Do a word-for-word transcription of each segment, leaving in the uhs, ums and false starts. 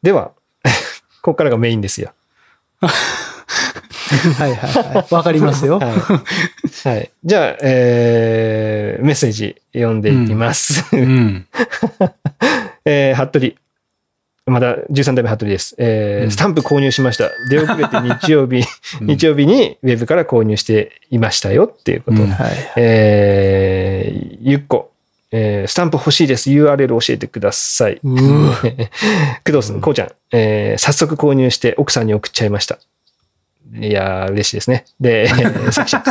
では、ここからがメインですよ。 はいはいはい。わかりますよ。 はい。はい、じゃあ、えー、メッセージ読んでいきます。うんうん、えー、服部。まだじゅうさん代目服部です。えーうん、スタンプ購入しました。出遅れて日曜日、うん、日曜日にウェブから購入していましたよっていうこと。うん、はい、えー、ゆっこ。えー、スタンプ欲しいです。ユーアールエル 教えてください。工藤さん、こうちゃん、えー、早速購入して奥さんに送っちゃいました。いやー、嬉しいですね。で、さきちゃん。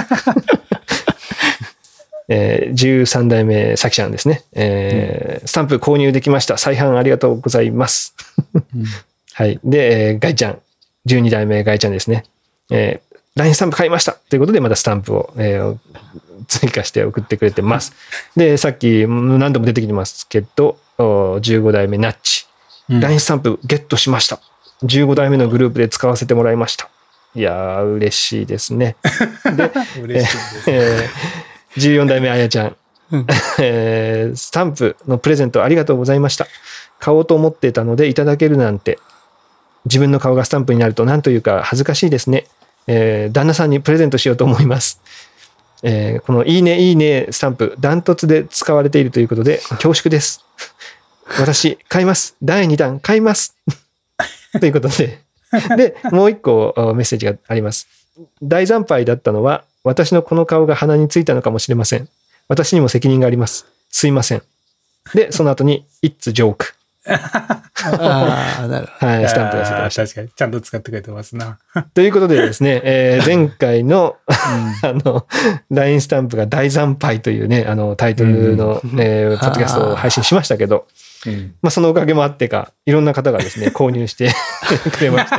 えー、じゅうさん代目さきちゃんですね、えーうん。スタンプ購入できました。再販ありがとうございます。うん、はい。で、えー、ガイちゃん。じゅうに代目ガイちゃんですね。えー、ライン スタンプ買いましたということで、またスタンプを、えー、追加して送ってくれてます。で、さっき何度も出てきてますけど、じゅうご代目ナッチ。ライン スタンプゲットしました。じゅうご代目のグループで使わせてもらいました。いやー、嬉しいですね。で、嬉しいです、えーじゅうよん代目あやちゃん、うんえー、スタンプのプレゼントありがとうございました。買おうと思っていたのでいただけるなんて、自分の顔がスタンプになると何というか恥ずかしいですね。えー、旦那さんにプレゼントしようと思います。えー、このいいねいいねスタンプダントツで使われているということで恐縮です。私買います。だいにだん買います。ということで、でもう一個メッセージがあります。大惨敗だったのは私のこの顔が鼻についたのかもしれません。私にも責任があります。すいません。で、その後に、It's joke。 ああ、なるほど。 はい、スタンプがついてました。 確かに、ちゃんと使ってくれてますな。 ということでですね、えー、前回の、うん、あの、ライン スタンプが大惨敗というね、あの、タイトルの、うんえー、ポッドキャストを配信しましたけど、うんまあ、そのおかげもあってか、いろんな方がですね、購入してくれまして。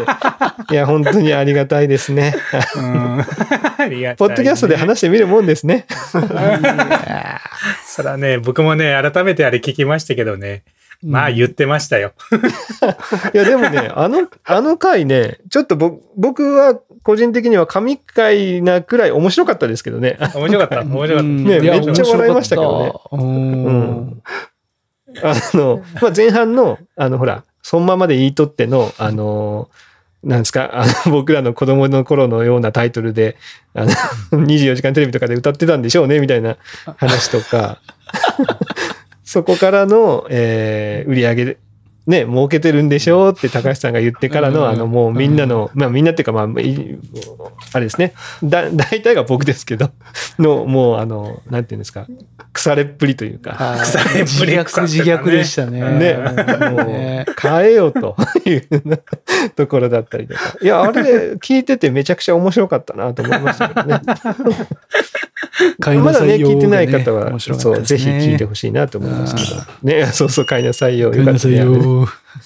いや、本当にありがたいですね。うん、ありがたいね。ポッドキャストで話してみるもんですね。 そらね、僕もね、改めてあれ聞きましたけどね。まあ言ってましたよ。 いや、でもね、あの、あの回ね、ちょっとぼ僕は個人的には神回なくらい面白かったですけどね。 面白かった。面白かった。 ね、めっちゃ笑いましたけどね。うんあの、まあ、前半の、あの、ほら、そのままで言いとっての、あの、なんですか、あの、僕らの子供の頃のようなタイトルで、あの、にじゅうよじかんテレビとかで歌ってたんでしょうね、みたいな話とか、そこからの、えー、売り上げね、儲けてるんでしょうって高橋さんが言ってからの、あの、もうみんなの、まあみんなっていうか、まあ、あれですね、だ、大体が僕ですけど、の、もう、あの、なんていうんですか、腐れっぷりというか、 腐れっぷり自虐自虐でしたね。 ね、もう、変えようというところだったりとか。いや、あれ、聞いててめちゃくちゃ面白かったなと思いましたけどね。まだね、聞いてない方は、そう、ぜひ聞いてほしいなと思いますけど。ね、そうそう、買いなさいよ。 買いなさいよ。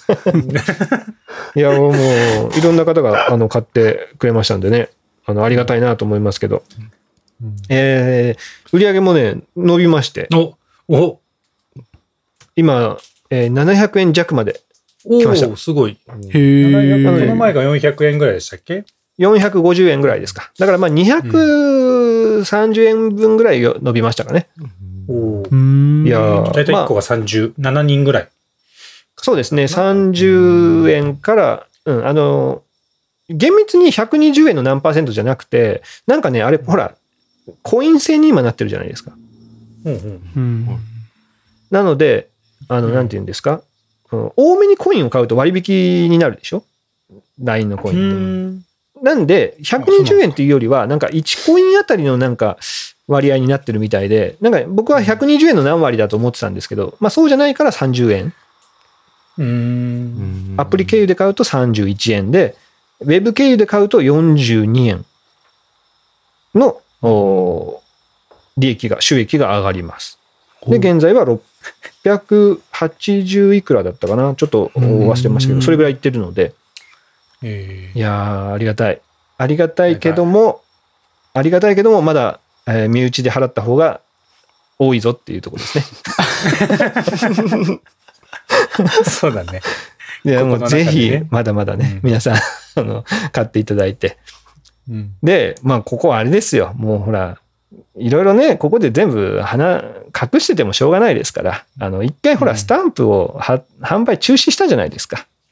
いや、もう、いろんな方が、あの、買ってくれましたんでね、あの、ありがたいなと思いますけど。うん、えー、売り上げもね、伸びまして。 おお今、えー、ななひゃくえん弱まで来ました。 おすごい。 へー。 この前がよんひゃくえんぐらいでしたっけ？ よんひゃくごじゅうえんぐらいですか。だからまあにひゃくさんじゅうえんぶんぐらい伸びましたかね。 うん、 おいやー、 だいたいいっこがさんじゅうななにんぐらい。 そうですね。さんじゅうえんから、うん、あの、厳密にひゃくにじゅうえんの何パーセントじゃなくて、なんかね、あれ、ほら、コイン制に今なってるじゃないですか。 うんうんうん、 なので、あの、なんて言うんですか、うん、多めにコインを買うと割引になるでしょ ?ライン のコインって。なんで、ひゃくにじゅうえんっていうよりは、なんかいちコインあたりのなんか割合になってるみたいで、なんか僕はひゃくにじゅうえんの何割だと思ってたんですけど、まあそうじゃないからさんじゅうえん。 うーんアプリ経由で買うとさんじゅういちえんで、ウェブ経由で買うとよんじゅうにえんの利益が、収益が上がります。で、現在はろっぴゃくはちじゅういくらだったかな、ちょっと忘れましたけど、それぐらいいってるので、 えー、 いやー、ありがたい。ありがたいけども、ありがたいけども、まだ、えー、身内で払った方が多いぞっていうところですね。 そうだね。 いや、もうぜひ、 ね、 まだまだね、うん、皆さん、あの、買っていただいて。 うん、で、 まあ、ここはあれですよ。もうほら、いろいろね、ここで全部花、隠しててもしょうがないですから、あの、一回ほら、スタンプをは販売中止したじゃないですか。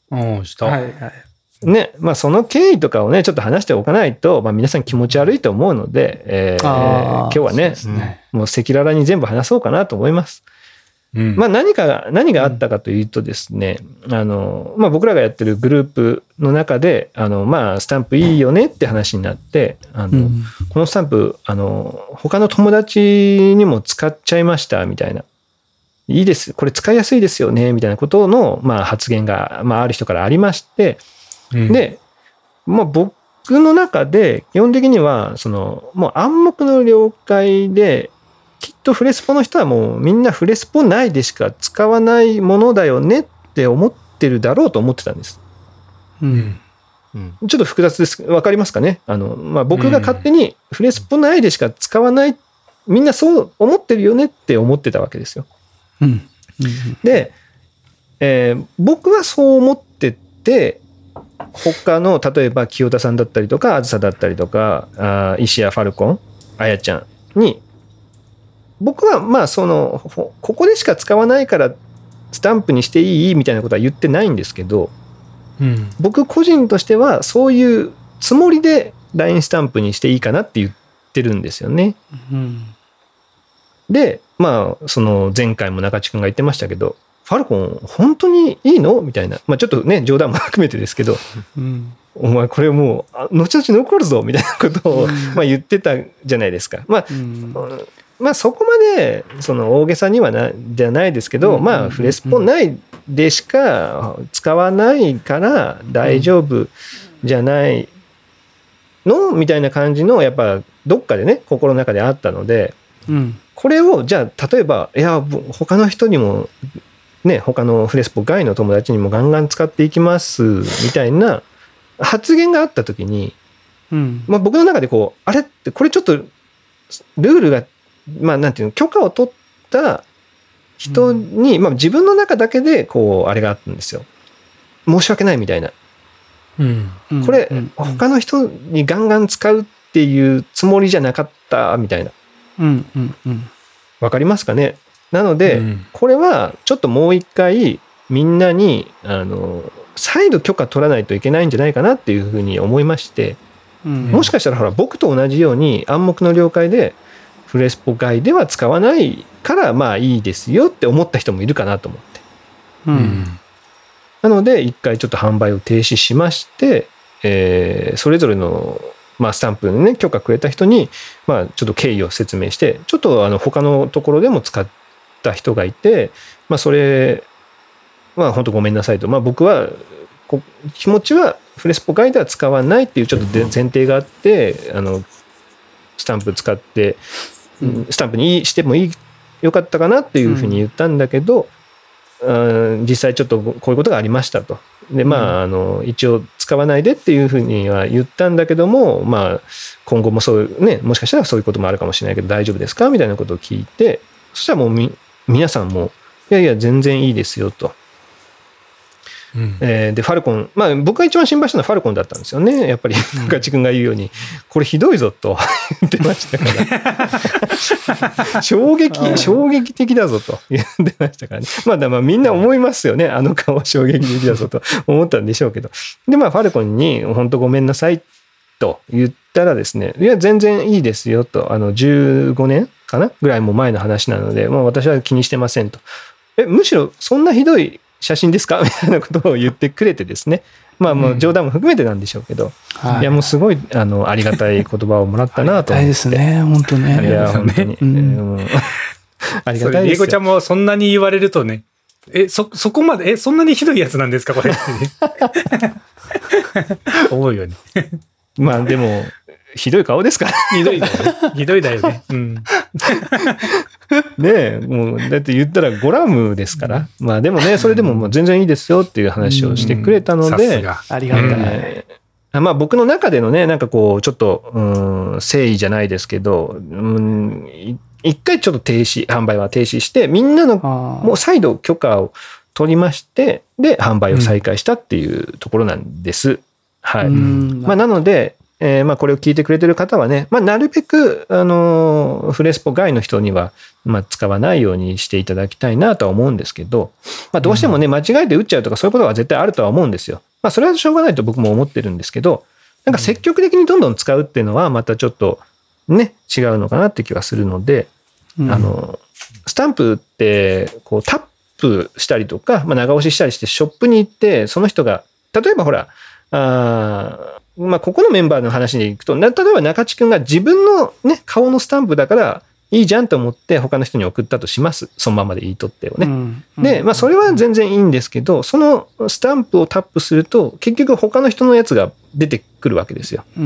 うん、した。 はいはい。 ね、まあその経緯とかをね、ちょっと話しておかないと、まあ皆さん気持ち悪いと思うので、えー、今日は ね, ね、うん、もう赤裸々に全部話そうかなと思います。うん、まあ何か、何があったかというとですね、うん、あの、まあ僕らがやってるグループの中で、あの、まあスタンプいいよねって話になって、あの、うん、このスタンプ、あの、他の友達にも使っちゃいましたみたいな。いいです、これ使いやすいですよねみたいなことの、まあ発言が、まあある人からありまして、うん、で、まあ僕の中で基本的には、その、もう暗黙の了解で、きっとフレスポの人はもうみんなフレスポ内でしか使わないものだよねって思ってるだろうと思ってたんです。うんうん、ちょっと複雑です。わかりますかね。あの、まあ、僕が勝手にフレスポ内でしか使わない、みんなそう思ってるよねって思ってたわけですよ。うんうん、で、えー、僕はそう思ってて、他の例えば清田さんだったりとか、あずさだったりとか、あ石谷ファルコン、あやちゃんに、僕はまあそのここでしか使わないからスタンプにしていいみたいなことは言ってないんですけど、うん、僕個人としてはそういうつもりで ライン スタンプにしていいかなって言ってるんですよね。うん、でまあその前回も中地君が言ってましたけど、ファルコン本当にいいのみたいな、まあ、ちょっとね冗談も含めてですけど、うん、お前これもう後々残るぞみたいなことを、うんまあ、言ってたじゃないですか。まあ、うんまあ、そこまでその大げさにはなじゃないですけど、まあフレスポ内でしか使わないから大丈夫じゃないのみたいな感じのやっぱどっかでね心の中であったので、これをじゃあ例えばいや他の人にもね他のフレスポ外の友達にもガンガン使っていきますみたいな発言があった時に、まあ僕の中でこうあれってこれちょっとルールがまあなんていうの許可を取った人に、うん、まあ自分の中だけでこうあれがあったんですよ。申し訳ないみたいな。うん、これ、うん、他の人にガンガン使うっていうつもりじゃなかったみたいな。うんうんうん、わかりますかね。なので、うん、これはちょっともう一回みんなにあの再度許可取らないといけないんじゃないかなっていうふうに思いまして、うん、もしかしたらほら僕と同じように暗黙の了解でフレスポ外では使わないからまあいいですよって思った人もいるかなと思って、うん、なので一回ちょっと販売を停止しまして、えー、それぞれの、まあ、スタンプのね許可くれた人に、まあ、ちょっと経緯を説明してちょっとあの他のところでも使った人がいて、まあ、それまあ本当ごめんなさいと、まあ、僕はこ気持ちはフレスポ外では使わないっていうちょっと前提があってあのスタンプ使ってスタンプにしてもいいよかったかなっていうふうに言ったんだけど、うん、実際ちょっとこういうことがありましたと。でまああの一応使わないでっていうふうには言ったんだけども、まあ今後もそういうねもしかしたらそういうこともあるかもしれないけど大丈夫ですかみたいなことを聞いて、そしたらもうみ皆さんもいやいや全然いいですよと。うんえー、でファルコン、まあ、僕が一番心配したのはファルコンだったんですよね。やっぱり中地君が言うようにこれひどいぞと言ってましたから衝撃衝撃的だぞと言ってましたからね。まあ、だまあみんな思いますよね。あの顔は衝撃的だぞと思ったんでしょうけど、でまあファルコンに本当ごめんなさいと言ったらですね、いや全然いいですよと、あのじゅうごねんかなぐらいも前の話なので、まあ、私は気にしてませんと。えむしろそんなひどい写真ですかみたいなことを言ってくれてですね、まあもう冗談も含めてなんでしょうけど、うんはい、いやもうすごいあのありがたい言葉をもらったなと思って。ありがたいですね、本当ね。 いや本当に、うん、ありがたいですよ。 りえこちゃんもそんなに言われるとね、えそそこまでえそんなにひどいやつなんですかこれってね思うよね。 まあでもひどい顔ですからひどいだよね。ひどいだよね。うん。ねえ、もうだって言ったらゴラムですから。まあでもね、それでももう全然いいですよっていう話をしてくれたので、 さすがありがたい。 えー、まあ僕の中でのね、なんかこうちょっと、うん、誠意じゃないですけど、うん、一回ちょっと停止、販売は停止して、みんなのもう再度許可を取りまして、で販売を再開したっていうところなんです。はい。まあなので。 えー、まあこれを聞いてくれてる方はね、まあなるべく、あのー、フレスポ外の人には、まあ使わないようにしていただきたいなとは思うんですけど、まあどうしてもね、間違えて打っちゃうとかそういうことは絶対あるとは思うんですよ。まあそれはしょうがないと僕も思ってるんですけど、なんか積極的にどんどん使うっていうのはまたちょっとね、違うのかなって気はするので、うん、あの、スタンプって、こうタップしたりとか、まあ長押ししたりしてショップに行って、その人が、例えばほら、あまあここのメンバーの話でいくと、例えば中地君が自分のね、顔のスタンプだからいいじゃんと思って他の人に送ったとします。そのままで言い取ってをね。うんうん、で、まあそれは全然いいんですけど、そのスタンプをタップすると、結局他の人のやつが出てくるわけですよ。うん、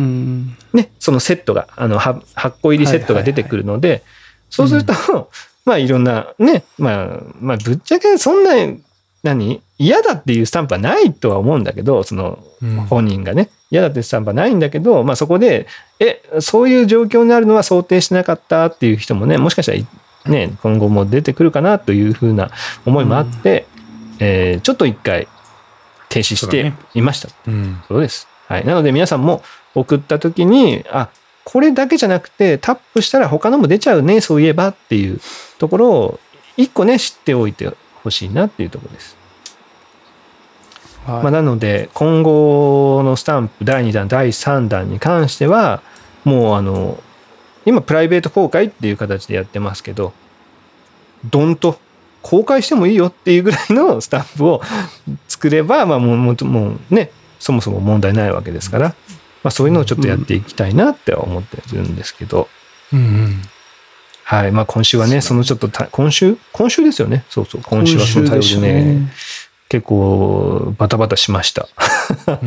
ね、そのセットが、あの、はっこ入りセットが出てくるので、はいはいはい、そうすると、うん、まあいろんなね、まあ、まあぶっちゃけそんな、何嫌だっていうスタンプはないとは思うんだけど、その本人がね、嫌だっていうスタンプはないんだけど、まあそこで、え、そういう状況になるのは想定してなかったっていう人もね、もしかしたらね、今後も出てくるかなというふうな思いもあって、うん、えー、ちょっと一回停止していました。そうだね。うん、そうです。はい。なので皆さんも送った時に、あ、これだけじゃなくてタップしたら他のも出ちゃうね、そういえばっていうところを一個ね、知っておいてほしいなっていうところです。はい、まあ、なので今後のスタンプだいにだんだいさんだんに関してはもうあの今プライベート公開っていう形でやってますけど、ドンと公開してもいいよっていうぐらいのスタンプを作れば、まあもう、もう、もうね、そもそも問題ないわけですから、まあ、そういうのをちょっとやっていきたいなって思ってるんですけど、うんうん、はい、まあ今週はね、そのちょっと今週今週ですよね。そうそう、今週はその対応でね、結構バタバタしました。 うん、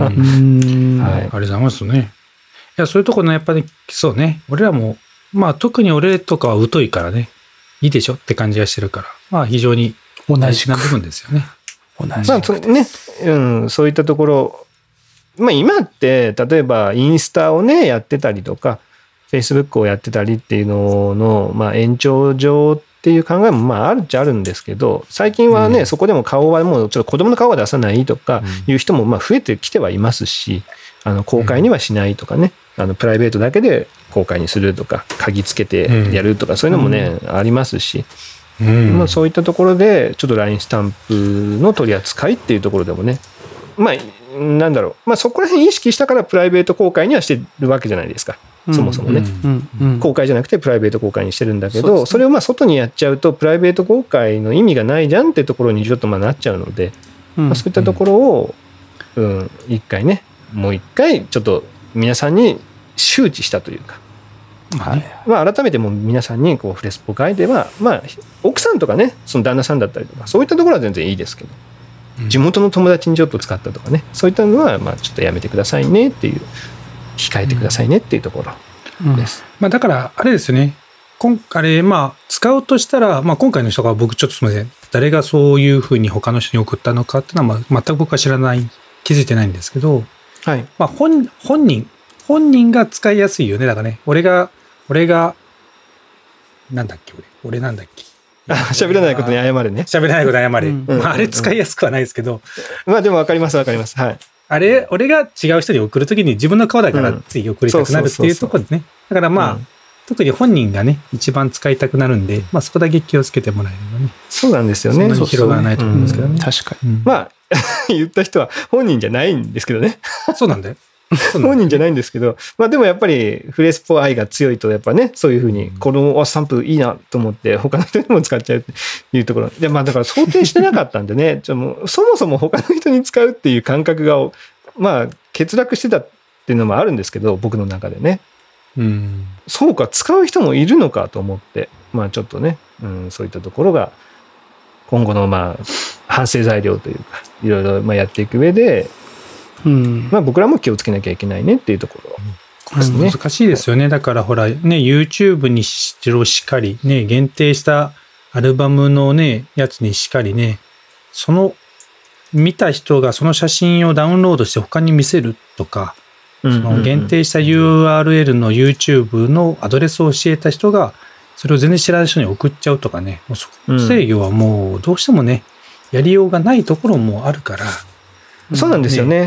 はい、ありがとうございますね。いや、そういうところのやっぱりそうね、俺らもまあ特に俺とかは疎いからね、いいでしょって感じがしてるから、まあ非常に大事な部分ですよね。 同じまあね、うん、そういったところ、まあ今って例えばインスタをねやってたりとか、フェイスブックをやってたりっていうののまあ延長上っていう考えもまああるっちゃあるんですけど、最近はね、うん、そこでも顔はもうちょっと子供の顔は出さないとかいう人もまあ増えてきてはいますし、あの公開にはしないとかね、あのプライベートだけで公開にするとか、鍵つけてやるとか、そういうのもね、うん、ありますし、うんまあ、そういったところでちょっと ライン スタンプの取り扱いっていうところでもね、まあなんだろう、まあそこら辺意識したからプライベート公開にはしてるわけじゃないですか。そもそもね、うんうんうん、公開じゃなくてプライベート公開にしてるんだけど、 そ, ね、それをまあ外にやっちゃうとプライベート公開の意味がないじゃんってところにちょっとまあなっちゃうので、うんまあ、そういったところを、うん、一回ね、もう一回ちょっと皆さんに周知したというか、はいまあ、改めてもう皆さんにこうフレスポ会では、まあ、奥さんとかね、その旦那さんだったりとかそういったところは全然いいですけど、うん、地元の友達にちょっと使ったとかね、そういったのはまあちょっとやめてくださいねっていう、控えてくださいねっていうところです。 うんうんまあ、だからあれですよね、今あれまあ使うとしたら、まあ、今回の人が僕ちょっとすみません、誰がそういうふうに他の人に送ったのかっていうのは、まあ、全く僕は知らない気づいてないんですけど、はいまあ、本, 本人本人が使いやすいよね。だからね、俺が俺がなんだっけ俺俺なんだっけ喋らないことに謝れね。 喋らないことに謝れ、うんまあ、あれ使いやすくはないですけど、 まあでも分かります分かります。はい。 あれ俺が違う人に送るときに自分の顔だからつい送りたくなるっていうところですね。だからまあ、うん、特に本人がね一番使いたくなるんで、まあそこだけ気をつけてもらえればね。 そうなんですよね。 そんなに広がらないと思うんですけどね。 うん、確かに。 うん、まあ言った人は本人じゃないんですけどね。 そうなんだよ。 本人じゃないんですけど、まあでもやっぱりフレスポ愛が強いとやっぱね、そういうふうにこのスタンプいいなと思って他の人にも使っちゃうっていうところで、まあだから想定してなかったんでね、ちょもうそもそも他の人に使うっていう感覚がまあ欠落してたっていうのもあるんですけど、僕の中でね、うん、そうか使う人もいるのかと思って、まあちょっとね、うん、そういったところが今後のまあ反省材料というかいろいろまあやっていく上で、うんまあ、僕らも気をつけなきゃいけないねっていうところですね。 難しいですよね。だからほらね YouTube にしろしかりね、限定したアルバムのねやつにしかりね、その見た人がその写真をダウンロードして他に見せるとか、その限定した ユーアールエル の YouTube のアドレスを教えた人がそれを全然知らない人に送っちゃうとかね、もうその制御はもうどうしてもねやりようがないところもあるから、 そうなんですよね。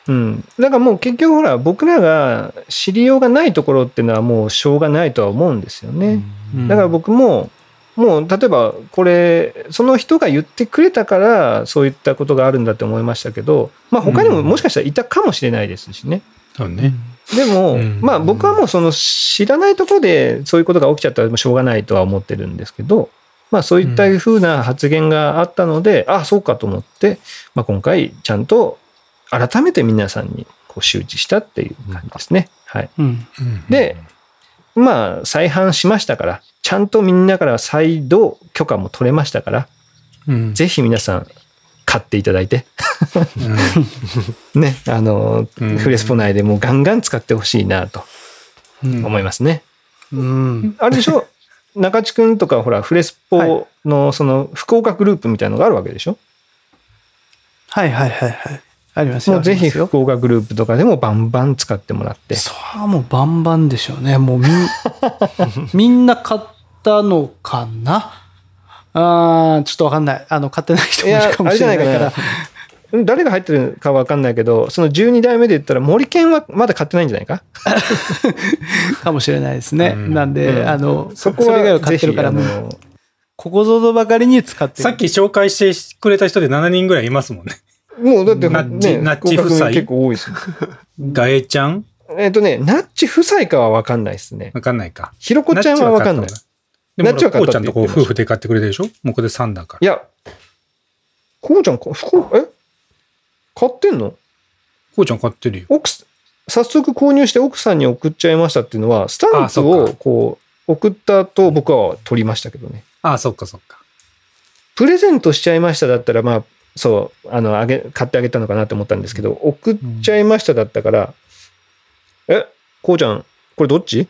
うん。だからもう結局ほら、僕らが知りようがないところっていうのはもうしょうがないとは思うんですよね。だから僕も、もう例えばこれ、その人が言ってくれたからそういったことがあるんだって思いましたけど、まあ他にももしかしたらいたかもしれないですしね。 そうね。 でも、まあ僕はもうその知らないところでそういうことが起きちゃったらしょうがないとは思ってるんですけど、まあそういったふうな発言があったので、ああ、そうかと思って、まあ今回ちゃんと改めて皆さんにこう周知したっていう感じですね。はい。で、まあ再販しましたから、ちゃんとみんなから再度許可も取れましたから、うん、ぜひ皆さん買っていただいて、うん、ね、あの、うん、フレスポ内でもうガンガン使ってほしいなと思いますね。うんうん、あれでしょ中地くんとかほら、フレスポのその福岡グループみたいなのがあるわけでしょ。 はいはいはいはい。ありますよ。 もうぜひ福岡グループとかでもバンバン使ってもらって。 それはもうバンバンでしょうね。もうみんみんな買ったのかな。あーちょっとわかんない。あの買ってない人もいるかもしれないから。 誰が入ってるかわかんないけど、そのじゅうに代目で言ったら森健はまだ買ってないんじゃないかかもしれないですね。うん、なんで、うん、あのそこはそれ以外を買ってるからもうここぞとばかりに使ってる。 さっき紹介してくれた人でしちにんぐらいいますもんね。 もうだって、ね、 ナッチ、ナッチ夫妻。 結構多いですよ。 ガエちゃんえっとね、ナッチ夫妻かは分かんないですね。 分かんないか。 ひろこちゃんは分かんない。 ナッチは買った。こうちゃんとこう夫婦で買ってくれてるでしょ。もうこれさんだから。 いや、こうちゃん、え買ってんの？ こうちゃん買ってるよ。 奥、早速購入して奥さんに送っちゃいましたっていうのは、スタンプをこう送ったと僕は取りましたけどね。 ああ、そっかそっか。 プレゼントしちゃいましただったら、まあ、そう、あの、あげ、買ってあげたのかなと思ったんですけど、送っちゃいましただったから、うん、え、こうちゃん、これどっち？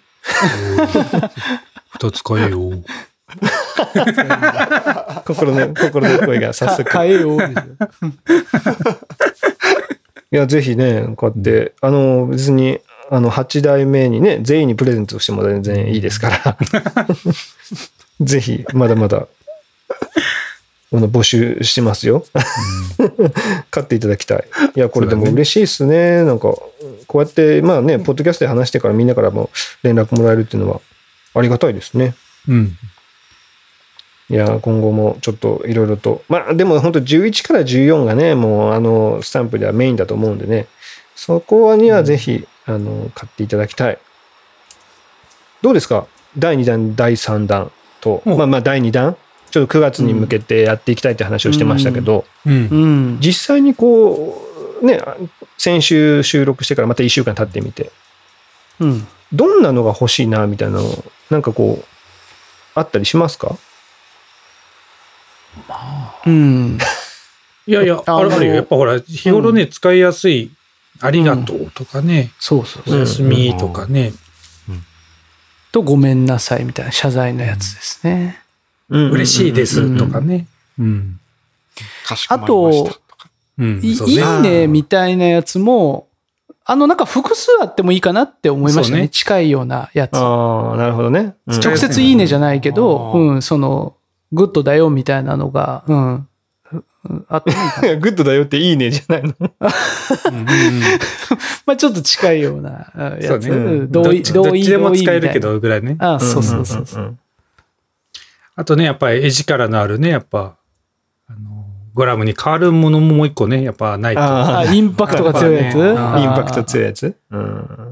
二つ買えよ。 心の、心の声が早速。 買えよ。 いや、ぜひね、買って、あの、別に、あの、はち代目にね、全員にプレゼントしても全然いいですから。ぜひ、まだまだ、募集してますよ。買っていただきたい。いや、これでも嬉しいですね。なんか、こうやって、まあね、ポッドキャストで話してからみんなからも連絡もらえるっていうのはありがたいですね。うん。いや、今後もちょっといろいろと。まあ、でも本当じゅういちからじゅうよんがね、もうあの、スタンプではメインだと思うんでね、そこにはぜひ、うん、あの、買っていただきたい。どうですか？だいに弾、だいさん弾と、まあまあだいに弾ちょっとくがつに向けてやっていきたいって話をしてましたけど、うんうん、実際にこう、ね、先週収録してからまたいっしゅうかん経ってみて、うん、どんなのが欲しいなみたいなの、なんかこう、あったりしますか？ まあ、うん。いやいや、あるあるよ。やっぱほら、日頃ね、うん、使いやすい、ありがとうとかね、うん、 そうそうそう。 おやすみとかね、 うんうん。と、ごめんなさいみたいな謝罪のやつですね。 うん、嬉しいですとかね。うん。 かしこまりましたとか。うん、いいねみたいなやつも、あの、なんか複数あってもいいかなって思いましたね。ね近いようなやつ。 ああ、なるほどね。 うん、直接いいねじゃないけど、うん、その、グッドだよみたいなのが、うん。あってもいいかな。 グッドだよっていいねじゃないのまあちょっと近いようなやつ。 ね、うん、同意、どっちでも使えるけどぐらいね。 ああ、そうそうそうそう。うんうんうん、 あとね、やっぱり絵力のあるね、やっぱ、あの、グラムに変わるものももう一個ね、やっぱないと。 ああ、インパクトが強いやつ、ね、インパクト強いやつ、うん、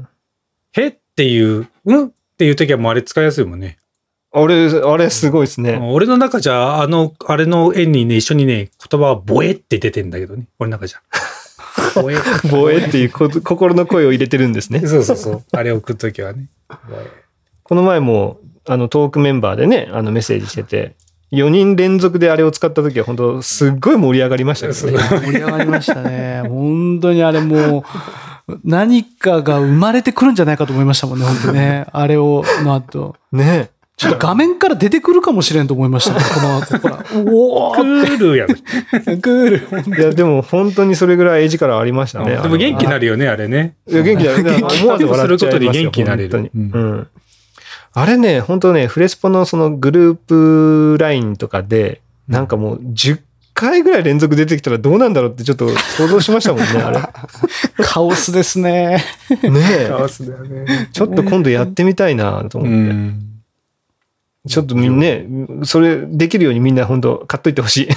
へっていう、うんっていう時はもうあれ使いやすいもんね。 あれ、あれすごいですね。 俺の中じゃ、あの、あれの絵にね、一緒にね、言葉はボエって出てんだけどね。俺の中じゃ。 ボエ。ボエっていう心の声を入れてるんですね。 そうそうそう。あれを送るときはね。 この前も、あの、トークメンバーでね、あの、メッセージしてて、よにん連続であれを使ったときは、本当すっごい盛り上がりましたね。 盛り上がりましたね。本当にあれもう、何かが生まれてくるんじゃないかと思いましたもんね、本当ね。あれを、の後。 ねちょっと画面から出てくるかもしれんと思いましたね、この後から。 おークールやん。クール。いや、でも本当にそれぐらい絵力ありましたね。 でも元気になるよね、あれね。 いや、元気になるね。思わず笑っちゃいますよ。することに元気になれる。本当に。うん。あれね、本当ね、フレスポのそのグループラインとかで、なんかもうじゅっかいぐらい連続出てきたらどうなんだろうってちょっと想像しましたもんね、あれ。 カオスですね。 ねえ。 カオスだよね。 ちょっと今度やってみたいなと思って。うん、ちょっとみんなね、それできるようにみんな本当買っといてほしい。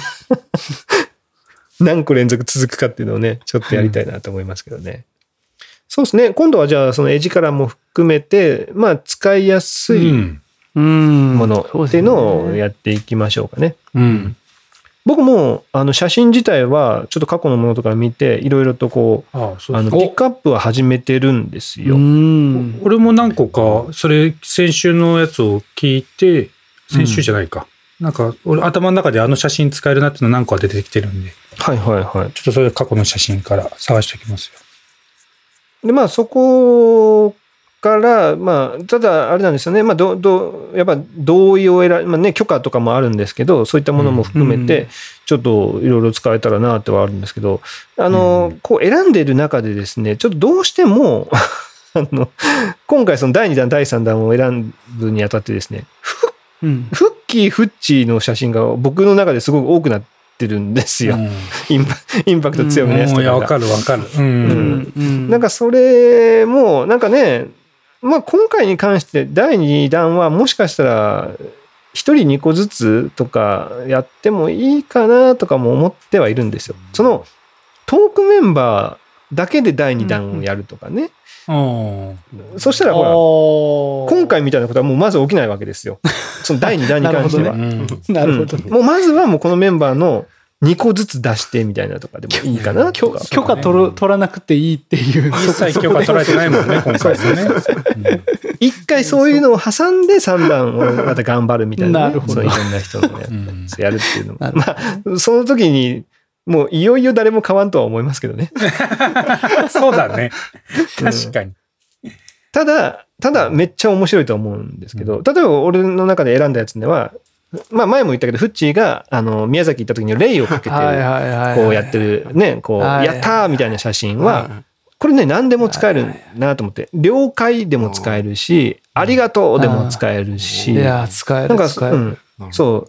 何個連続続くかっていうのをね、ちょっとやりたいなと思いますけどね。うん、そうですね。今度はじゃあその絵力も含めて、まあ使いやすいものっていうのをやっていきましょうかね。 うん、 僕もあの写真自体はちょっと過去のものとか見ていろいろとこう、ああ、そうそう、あのピックアップは始めてるんですよ。 俺も何個かそれ先週のやつを聞いて、先週じゃないか。うん、なんか俺頭の中であの写真使えるなっていうの何個か出てきてるんで。 はいはいはい。 ちょっとそれ過去の写真から探しておきますよ。 でまあそこからまあただあれなんですよね。まあどどやっぱ同意を選まあね許可とかもあるんですけど、そういったものも含めてちょっといろいろ使えたらなってはあるんですけど、あの、うん、こう選んでる中でですね、ちょっとどうしてもあの今回そのだいにだんだいさんだんを選ぶにあたってですね、フッキーフッチーの写真が僕の中ですごく多くなっててるんですよ、うん、インパ、インパクト強めのやつとかが、 うん、いやわかるわかる、うんうん、なんかそれもなんかね、まあ今回に関してだいにだんはもしかしたらひとりにこずつとかやってもいいかなとかも思ってはいるんですよ。そのトークメンバーだけでだいにだんをやるとかね、うんうん、そしたらほら今回みたいなことはもうまず起きないわけですよ。そのだいにだんに関しては。なるほど、もうまずはもうこのメンバーのにこずつ出してみたいなとかでもいいかなとか。 許可取る、取らなくていいっていう。 一切許可取られてないもんね、今回はね。 一回そういうのを挟んでさんだんをまた頑張るみたいな、ね。なるほど。いろんな人のや、うん、やるっていうのも。まあ、その時に、もういよいよ誰も買わんとは思いますけどね。 そうだね。確かに。 うん、ただ、ただめっちゃ面白いと思うんですけど、うん、例えば俺の中で選んだやつでは、まあ前も言ったけど、フッチーが、あの、宮崎行った時にレイをかけてる、こうやってる、ね、こう、やったーみたいな写真は、これね、何でも使えるなと思って、了解でも使えるし、ありがとうでも使えるし、 いや、使える。 なんか、うん、そう。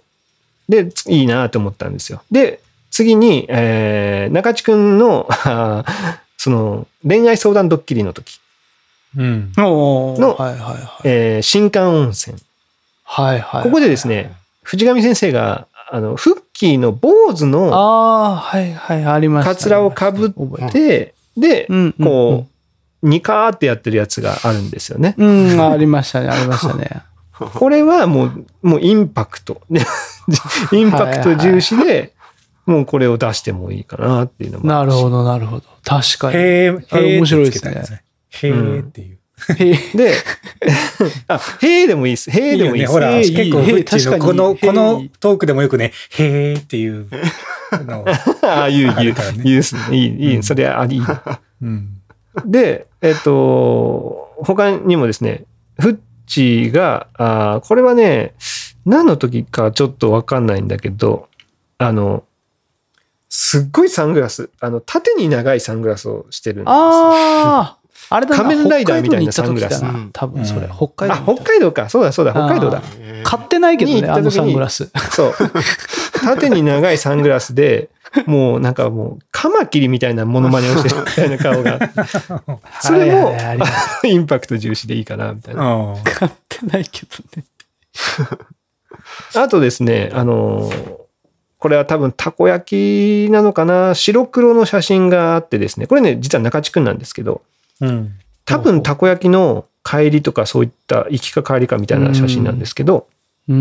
で、いいなと思ったんですよ。で、次に、えー、中地くんの、その、恋愛相談ドッキリの時の、えー、新館温泉。 はいはい。 ここでですね、藤上先生が、あの、フッキーの坊主の、 ああ、はいはい、ありました。 カツラをかぶって、で、こう、ニカーってやってるやつがあるんですよね。 うん、ありましたね、ありましたね。 これはもう、もうインパクト。インパクト重視で、もうこれを出してもいいかなっていうのも。 なるほど、なるほど。確かに。 へー、 へー面白いですね。 へーっていう。 で、あ、へーでもいいです。へーでもいいです。 ほら、結構フッチーのこの、このトークでもよくね、へーっていうのを。 ああ、言う、言う、言うですね。いい、いい、それは、いい。で、えっと、他にもですね、フッチーが、あこれはね、何の時かちょっとわかんないんだけど、あの、すっごいサングラス、あの、縦に長いサングラスをしてるんですよ。 あああれだな、 仮面ライダーみたいなサングラス。 多分それ、北海道。 あ、北海道か。そうだそうだ、北海道だ。 買ってないけどね、あのサングラス。 そう。縦に長いサングラスで、もうなんかもう、カマキリみたいなモノマネをしてるみたいな顔が。それも、インパクト重視でいいかな、みたいな。 買ってないけどね。 あとですね、あの、これは多分たこ焼きなのかな、白黒の写真があってですね、これね、実は中地くんなんですけど、うん、多分たこ焼きの帰りとかそういった行きか帰りかみたいな写真なんですけど、うん、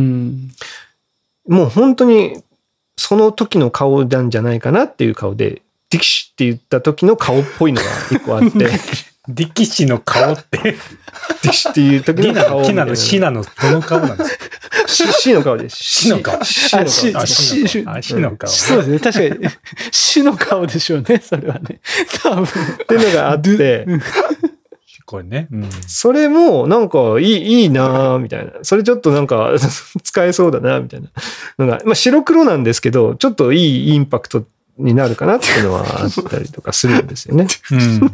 もう本当にその時の顔なんじゃないかなっていう顔で、ディキシって言った時の顔っぽいのが一個あって。 ディキシの顔って。ディキシっていう時の顔。 キナのシナのどの顔なんですか？ シの顔です。 シの顔。 シの顔。 シの顔。 そうですね。確かに。シの顔でしょうね。それはね。多分。 っていうのがあって。 これね。 それもなんかいい、いいなぁ、みたいな。それちょっとなんか使えそうだな、みたいなのが。まあ白黒なんですけど、ちょっといいインパクトになるかなっていうのはあったりとかするんですよね。うん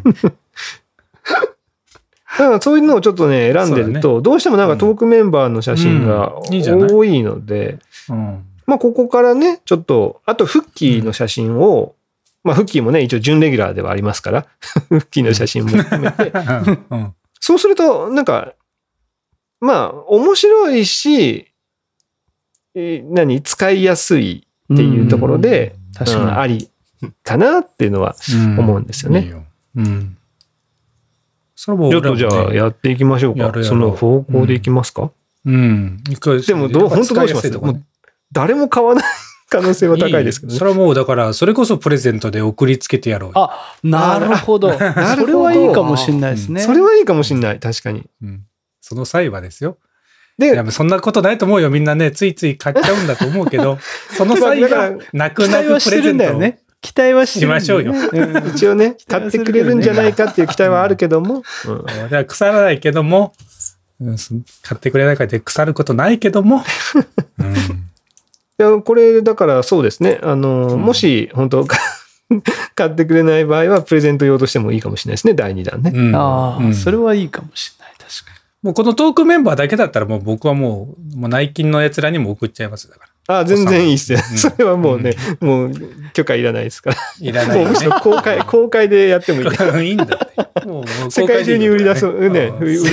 だからそういうのをちょっとね、選んでると、どうしてもなんかトークメンバーの写真が多いので、 まあ、ここからね、ちょっと、あと、フッキーの写真を、うん、まあ、フッキーもね、一応、準レギュラーではありますから、フッキーの写真も含めて、うん、そうすると、なんか、まあ、面白いし、えー、何、使いやすいっていうところで、うん、確かに、うん、ありかなっていうのは思うんですよね。うんいいようん、それもちょっとじゃあやっていきましょうか。やるやるその方向でいきますか。うん。うん、でもどう本当どうします？もう誰も買わない可能性は高いですけどね。 いいそれはもうだからそれこそプレゼントで送りつけてやろう。 あ、なるほど。それはいいかもしれないですね。 それはいいかもしれない。確かに。 うん、その際はですよ。で、いやそんなことないと思うよ。みんなね、ついつい買っちゃうんだと思うけど、その際が泣く泣くプレゼントをね。 期待はしましょうよ。 一応ね、買ってくれるんじゃないかっていう期待はあるけども。 うん、だから腐らないけども、うん、買ってくれないからって腐ることないけども。うん、いやこれだからそうですね。あの、うん、もし本当買ってくれない場合はプレゼント用としてもいいかもしれないですね。だいにだんね。 うん、ああ、うん、それはいいかもしれない。確かに。 もうこのトークメンバーだけだったらもう僕はもう、もう内勤の奴らにも送っちゃいますだから。 ああ、全然いいっすよ。それはもうね、うん、もう許可いらないですから。 いらない、ね。 もうむしろ公開、公開でやってもいい。 いいんだって。もうもう世界中に売り出す、ね、売れ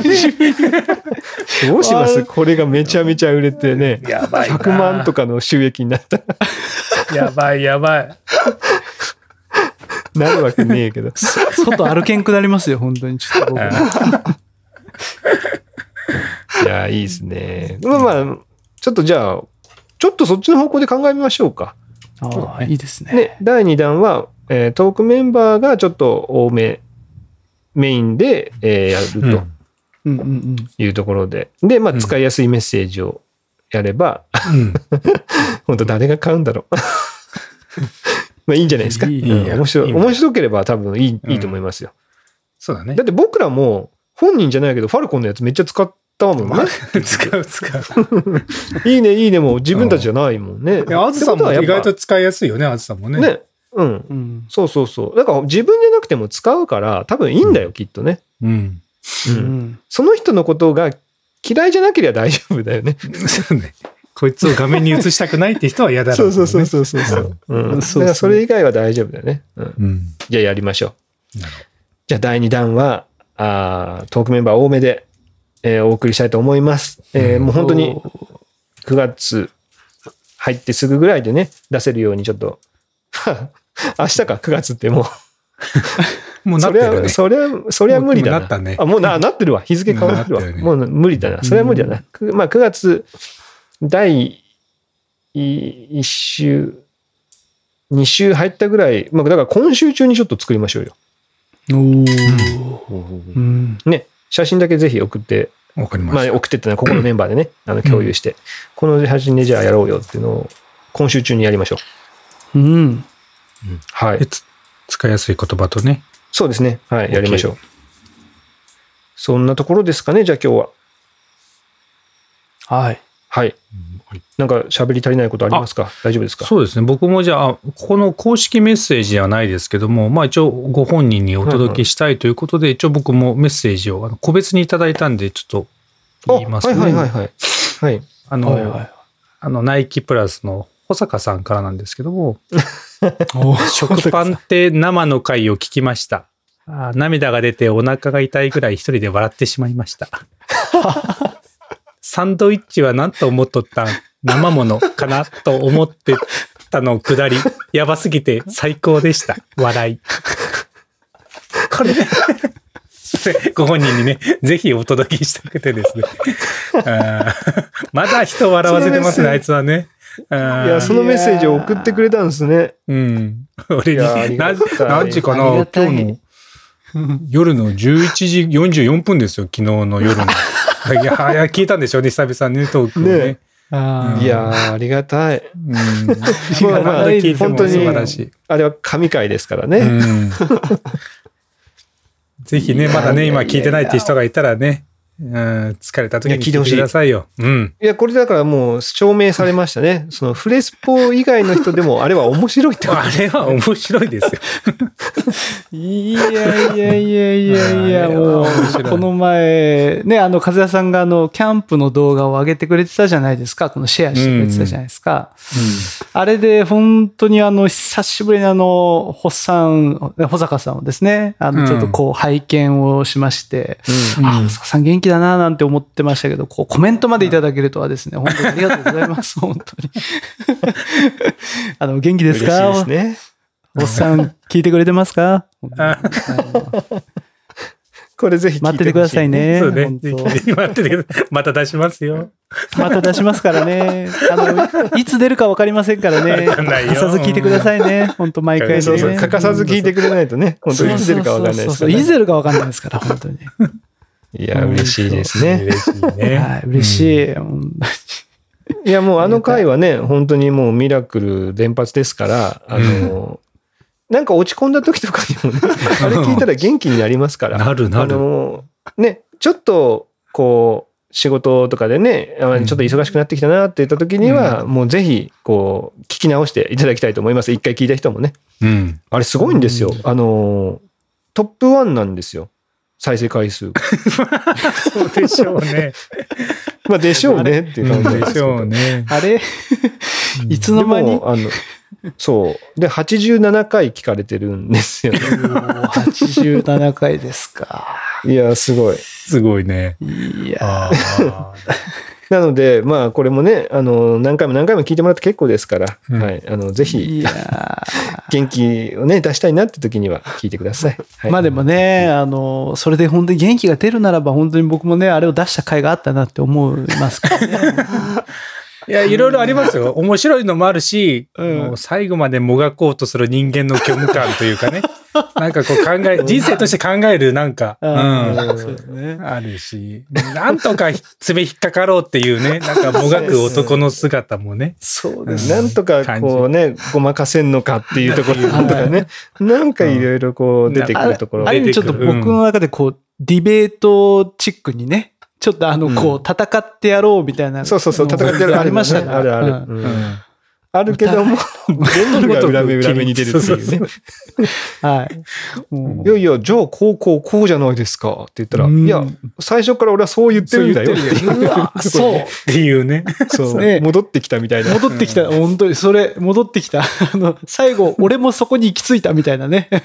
どうしますこれがめちゃめちゃ売れてね、 やばいな。 ひゃくまんとかの収益になったら。やばいやばい。 なるわけねえけど。 外歩けんくなりますよ、本当に。ちょっと僕いや、いいですね。まあまあ、ちょっとじゃあ、ちょっとそっちの方向で考えましょうか。 ああ、いいですね。 ね、だいにだんは、えー、トークメンバーがちょっと多め、メインで、えー、やるというところで。で、まあ、使いやすいメッセージをやれば、うん、本当誰が買うんだろう。まあいいんじゃないですか。いいうん、面白い、面白ければ多分いい、いいと思いますよ。 そうだね。 だって僕らも本人じゃないけど、ファルコンのやつめっちゃ使ったもんね。 使う使う。 いいね、いいねも自分たちじゃないもんね。 いや、あずさんも意外と使いやすいよね、あずさんもね。 ね。うん。うん、そうそうそう。だから自分じゃなくても使うから多分いいんだよ、うん、きっとね。うん。うん。その人のことが嫌いじゃなければ大丈夫だよね。 そうね。こいつを画面に映したくないって人は嫌だろう、ね。 そうそうそうそうそう。うん。だからそれ以外は大丈夫だよね。うん。うん、じゃあやりましょう。なるほど。じゃあだいにだんは、あトークメンバー多めで、えー、お送りしたいと思います。えー、もう本当にくがつ入ってすぐぐらいでね、出せるようにちょっと、明日かくがつってもう、 もうなってるね。 そりゃ、そりゃ、そりゃ無理だな。 なったね。 あ、もうな、なってるわ。日付変わってるわ。ね、もう無理だな。それは無理だな。まあくがつ、だいいっ週、に週入ったぐらい、まあだから今週中にちょっと作りましょうよ。おうん、ね、写真だけぜひ送って、 わかりました。 まあ送ってってのはここのメンバーでね、あの共有して、うん、この写真でじゃあやろうよっていうのを今週中にやりましょう。うん。うん、はい。 使いやすい言葉とね。 そうですね。はい、やりましょう。そんなところですかね、じゃあ今日は。はい。 はい。なんか喋り足りないことありますか？大丈夫ですか？ そうですね。僕もじゃあ、ここの公式メッセージではないですけども、まあ一応ご本人にお届けしたいということで、はいはい、一応僕もメッセージを個別にいただいたんで、ちょっと言いますね。 はいはいはいはい。はい。 あの、はいはい、あのナイキプラスの保坂さんからなんですけども、食パンって生の回を聞きました。あ涙が出てお腹が痛いぐらい一人で笑ってしまいました。サンドイッチは何と思っとったん生ものかなと思ってたのくだりやばすぎて最高でした笑い。これご本人にねぜひお届けしたくてですねあまだ人笑わせてますねあいつはね。 いやそのメッセージを送ってくれたんですね。 うん俺に何時かな今日の夜のじゅういちじよんじゅうよんぷんですよ昨日の夜のいや聞いたんでしょうね久々ねトークをね。ねあいやありがたい。うんまあまあ本当にあれは神回ですからね。うん、 ぜひねまだね今聞いてないっていう人がいたらねうん、疲れた時に聞いてくださいよ。うん。 いや、これだからもう証明されましたね。そのフレスポ以外の人でもあれは面白いってこと。 あれは面白いですよ。 いやいやいやいやいや、もう、この前、ね、あの、和也さんがあの、キャンプの動画を上げてくれてたじゃないですか。このシェアしてくれてたじゃないですか。うん、あれで、本当にあの、久しぶりにあの、ホッさん、保坂さんをですね、あの、ちょっとこう、拝見をしまして、うん、あ、保坂さん元気だななんて思ってましたけど、こう、コメントまでいただけるとはですね、本当にありがとうございます。本当に。あの、元気ですか？ 嬉しいですね。 おっさん、聞いてくれてますか？ これぜひ聞いて待っててくださいね。 そうね。待っててください。また出しますよ。 また出しますからね。あの、いつ出るか分かりませんからね。欠かさず聞いてくださいね。本当毎回ね。 そうそう。欠かさず聞いてくれないとね。本当いつ出るか分かんないですからね。 いつ出るか分かんないですから、本当に。 いや、嬉しいですね。 嬉しいね。 はい、嬉しい。いや、もうあの回はね、本当にもうミラクル連発ですから、あの、なんか落ち込んだ時とかにもね、あれ聞いたら元気になりますから。 なるなる。 あの、ね、ちょっと、こう、仕事とかでね、ちょっと忙しくなってきたなって言った時には、うん、もうぜひ、こう、聞き直していただきたいと思います。一回聞いた人もね。 うん。 あれすごいんですよ。うん、あの、トップワンなんですよ。再生回数。 そうでしょうね。 まあ、でしょうねっていう感じでしょうね。 あれいつの間にあのそう。で、はちじゅうななかい聞かれてるんですよね。 はちじゅうななかいですか。 いや、すごい。 すごいね。 いやなので、まあ、これもね、あの、何回も何回も聞いてもらって結構ですから、うん、はい。あの、ぜひ、元気をね、出したいなって時には聞いてください。はい、 まあでもね、あの、それで本当に元気が出るならば、本当に僕もね、あれを出した回があったなって思いますからね。 いや、いろいろありますよ。面白いのもあるし、うん、もう最後までもがこうとする人間の虚無感というかね。なんかこう考え、人生として考えるなんか、うん、そうですね、あるし、なんとか爪引っかかろうっていうね、なんかもがく男の姿もね。 そうです。なんとかこうね、ごまかせんのかっていうところとかね、なんかいろいろこう出てくるところ。 ある意味ちょっと僕の中でこう、ディベートチックにね、ちょっとあの、こう、戦ってやろうみたいな。 そうそうそう、戦ってやろう。 ありましたね。 あるある。あるけども、全部が裏目裏目に出るっていうね。 はい。 いやいや、じゃあこうこうこうじゃないですかって言ったら、いや、最初から俺はそう言ってるんだよっていう。 そう。 っていうね。 そう。戻ってきたみたいな。 戻ってきた。本当に、それ、戻ってきた。あの、最後、俺もそこに行き着いたみたいなね。ね。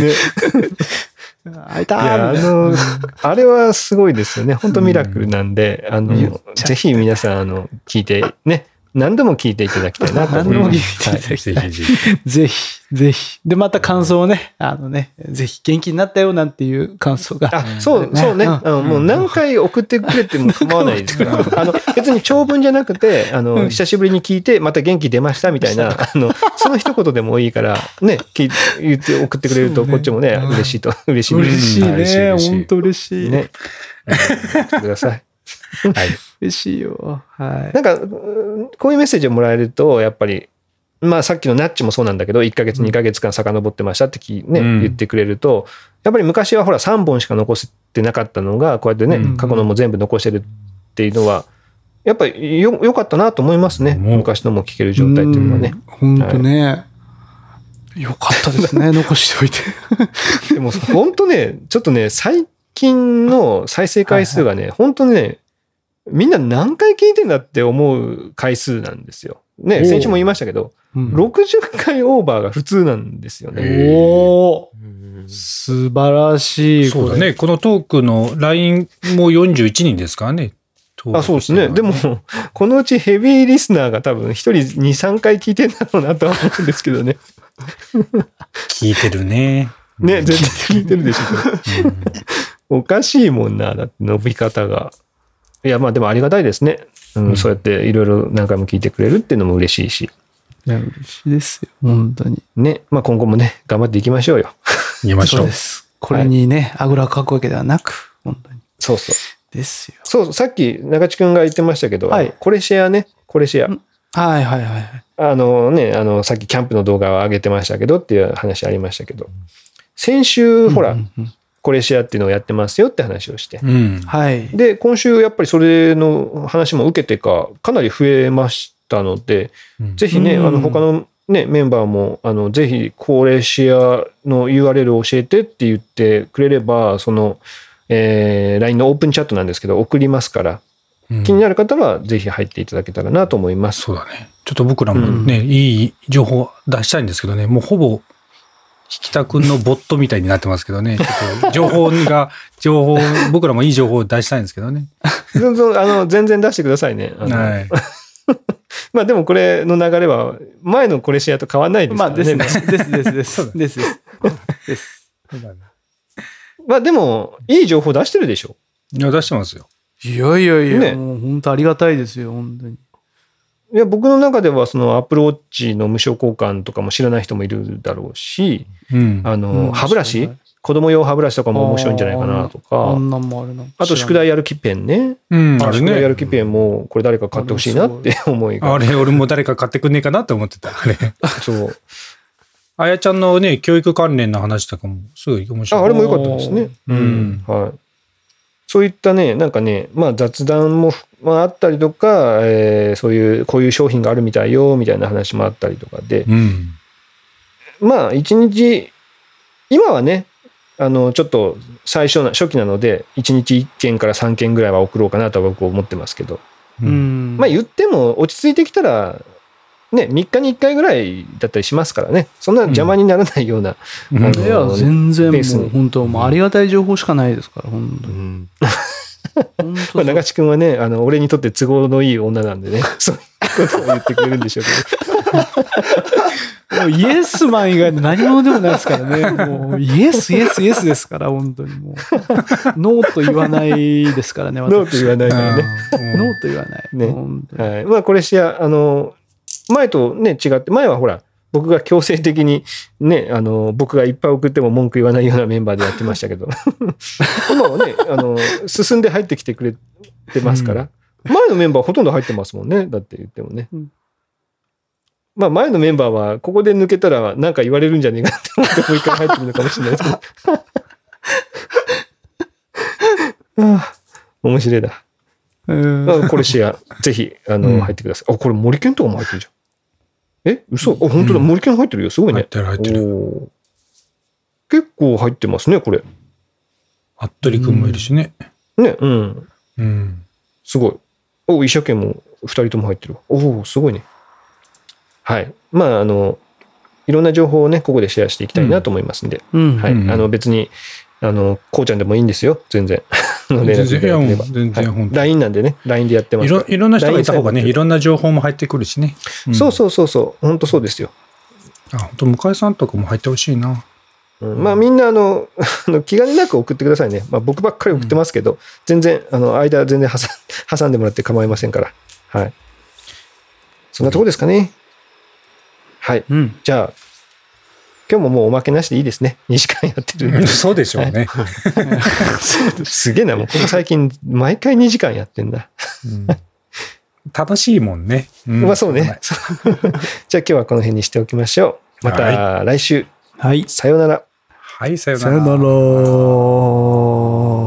あいたーみたいな。あの、 あれはすごいですよね。本当ミラクルなんで、あの、ぜひ皆さん、あの、聞いてね。何度も聞いていただきたいなと思います。 何度も聞いていただきたい。ぜひ、ぜひ。で、また感想をね、あのね、ぜひ元気になったよなんていう感想が。 あ、そう、そうね。あのもう何回送ってくれても構わないですから。あの、別に長文じゃなくて、あの、久しぶりに聞いて、また元気出ましたみたいな、あの、その一言でもいいから、ね、言って送ってくれると、こっちもね、嬉しいと、嬉しい。 嬉しいね。本当嬉しい。 ね。送ってください。 はい。嬉しいよ。はい。 なんか、こういうメッセージをもらえると、やっぱり、まあさっきのナッチもそうなんだけど、いっかげつ、にかげつかん遡ってましたってね、うん、言ってくれると、やっぱり昔はほらさんぼんしか残してなかったのが、こうやってね、うん、過去のも全部残してるっていうのは、やっぱりよ、良かったなと思いますね。昔のも聞ける状態っていうのはね。 本当ね。はい、よかったですね、残しておいて。 でも本当ね、ちょっとね、最近の再生回数がね、はいはい、本当にね、みんな何回聞いてんだって思う回数なんですよ。ね、先週も言いましたけど、うん、ろくじゅっかいオーバーが普通なんですよね。 おー、素晴らしい。 そうだね。このトークの ライン もよんじゅういちにんですからね。 あ、そうですね。でも、このうちヘビーリスナーが多分一人に、さんかい聞いてんだろうなとは思うんですけどね。 聞いてるね。 ね、絶対聞いてるでしょ。うん、おかしいもんな、だって伸び方が。いや、まあでもありがたいですね。うんうん、そうやっていろいろ何回も聞いてくれるっていうのも嬉しいし。 いや、嬉しいですよ。本当に。 ね。まあ今後もね、頑張っていきましょうよ。 いきましょう。 そうです。これにね、あぐらをかくわけではなく、本当に。 そうそう。 ですよ。 そう、さっき中地くんが言ってましたけど、はい、これシェアね、これシェア。はいはいはい。 あのね、あの、さっきキャンプの動画を上げてましたけどっていう話ありましたけど、先週、ほら、うんうんうん、 コレシアっていうのをやってますよって話をして。 うん。 はい。 で、今週やっぱりそれの話も受けてか、かなり増えましたので、うん、ぜひね、あの、他のね、メンバーも、あの、ぜひ、コレシアの ユーアールエル を教えてって言ってくれれば、その、えー、ライン のオープンチャットなんですけど、送りますから、うん、気になる方はぜひ入っていただけたらなと思います。 そうだね。ちょっと僕らもね、うん、いい情報出したいんですけどね、もうほぼ、引田くんのボットみたいになってますけどね、ちょっと情報が、情報、僕らもいい情報を出したいんですけどね。 あの全然出してくださいね。はい。まあでもこれの流れは前のコレシアと変わらないですからね。 まあですね。ですですです。ですです。 まあでも、いい情報出してるでしょ。 いや、出してますよ。 いやいやいや、ね、もう本当ありがたいですよ、本当に。 いや、僕の中ではそのアップルウォッチの無償交換とかも知らない人もいるだろうし、うん、あの、うん、歯ブラシ、子供用歯ブラシとかも面白いんじゃないかなとか、 あんなんもあるな。 あと宿題歩きペンね。 うん、あれね。 宿題歩きペンもこれ誰か買ってほしいなって思いが。 あれ、俺も誰か買ってくんねえかなって思ってた。あれ。 そう。 あやちゃんのね、教育関連の話とかもすごい面白い。 あ、あれも良かったですね。うん。はい。そういったね、なんかね、まあ雑談も、まあ、あったりとか、えー、そういう、こういう商品があるみたいよ、みたいな話もあったりとかで、うん、まあ一日、今はね、あの、ちょっと最初な、初期なので、いちにちいっけんからさんけんぐらいは送ろうかなとは僕は思ってますけど、うん、まあ言っても落ち着いてきたら、ね、みっかにいっかいぐらいだったりしますからね、そんな邪魔にならないような、 うん、あのいや、全然もう本当、もうありがたい情報しかないですから、本当に。うんまあ、長地君はね、あの、俺にとって都合のいい女なんでね、そういうことを言ってくれるんでしょうけど。もうイエスマン以外の何者でもないですからね。もうイエス、イエス、イエスですから、本当にもう。ノーと言わないですからね、 ノーと言わないからね。 ノーと言わない。ね。 はい。まあ、これしや、あの、前とね、違って、前はほら、僕が強制的にね、あの、僕がいっぱい送っても文句言わないようなメンバーでやってましたけど、今はね、あの、進んで入ってきてくれてますから、うん、前のメンバーほとんど入ってますもんね、だって言ってもね。うん、まあ前のメンバーは、ここで抜けたら何か言われるんじゃねえかって思って、もう一回入ってくるのかもしれないですけど。ああ、面白いだ。まあ、これシェア、ぜひ、あの、うん、入ってください。あ、これ森健とかも入ってるじゃん。え嘘あ、本当だ、うん、森健入ってるよ。すごいね。 入ってる、入ってる。 結構入ってますね、これ。 服部くんもいるしね。 うん、ね、うん。 うん。 すごい。お、医者券もふたりとも入ってる。おお、すごいね。はい。まあ、あの、いろんな情報をね、ここでシェアしていきたいなと思いますんで。うん、はい。うん、あの、別に、あの、こうちゃんでもいいんですよ、全然。 全然、全然、本当。 ライン なんでね、ライン でやってます。 いろ、いろんな人がいた方がね、いろんな情報も入ってくるしね。 うん、そうそうそうそう、本当そうですよ。 あ、本当向井さんとかも入ってほしいな。 うん、まあみんなあの、気兼ねなく送ってくださいね。まあ僕ばっかり送ってますけど、うん、全然、あの、間全然挟, 挟んでもらって構いませんから。はい。そんなとこですかね。はい。うん、じゃあ、今日ももうおまけなしでいいですね。にじかんやってる。 そうでしょうね。 すげえな、もうここ最近毎回にじかんやってんだ。うん、 楽しいもんね。 うん、まあそうね。じゃあ今日はこの辺にしておきましょう。また来週。 はい。 さようなら。 はい、さようなら。 さようなら。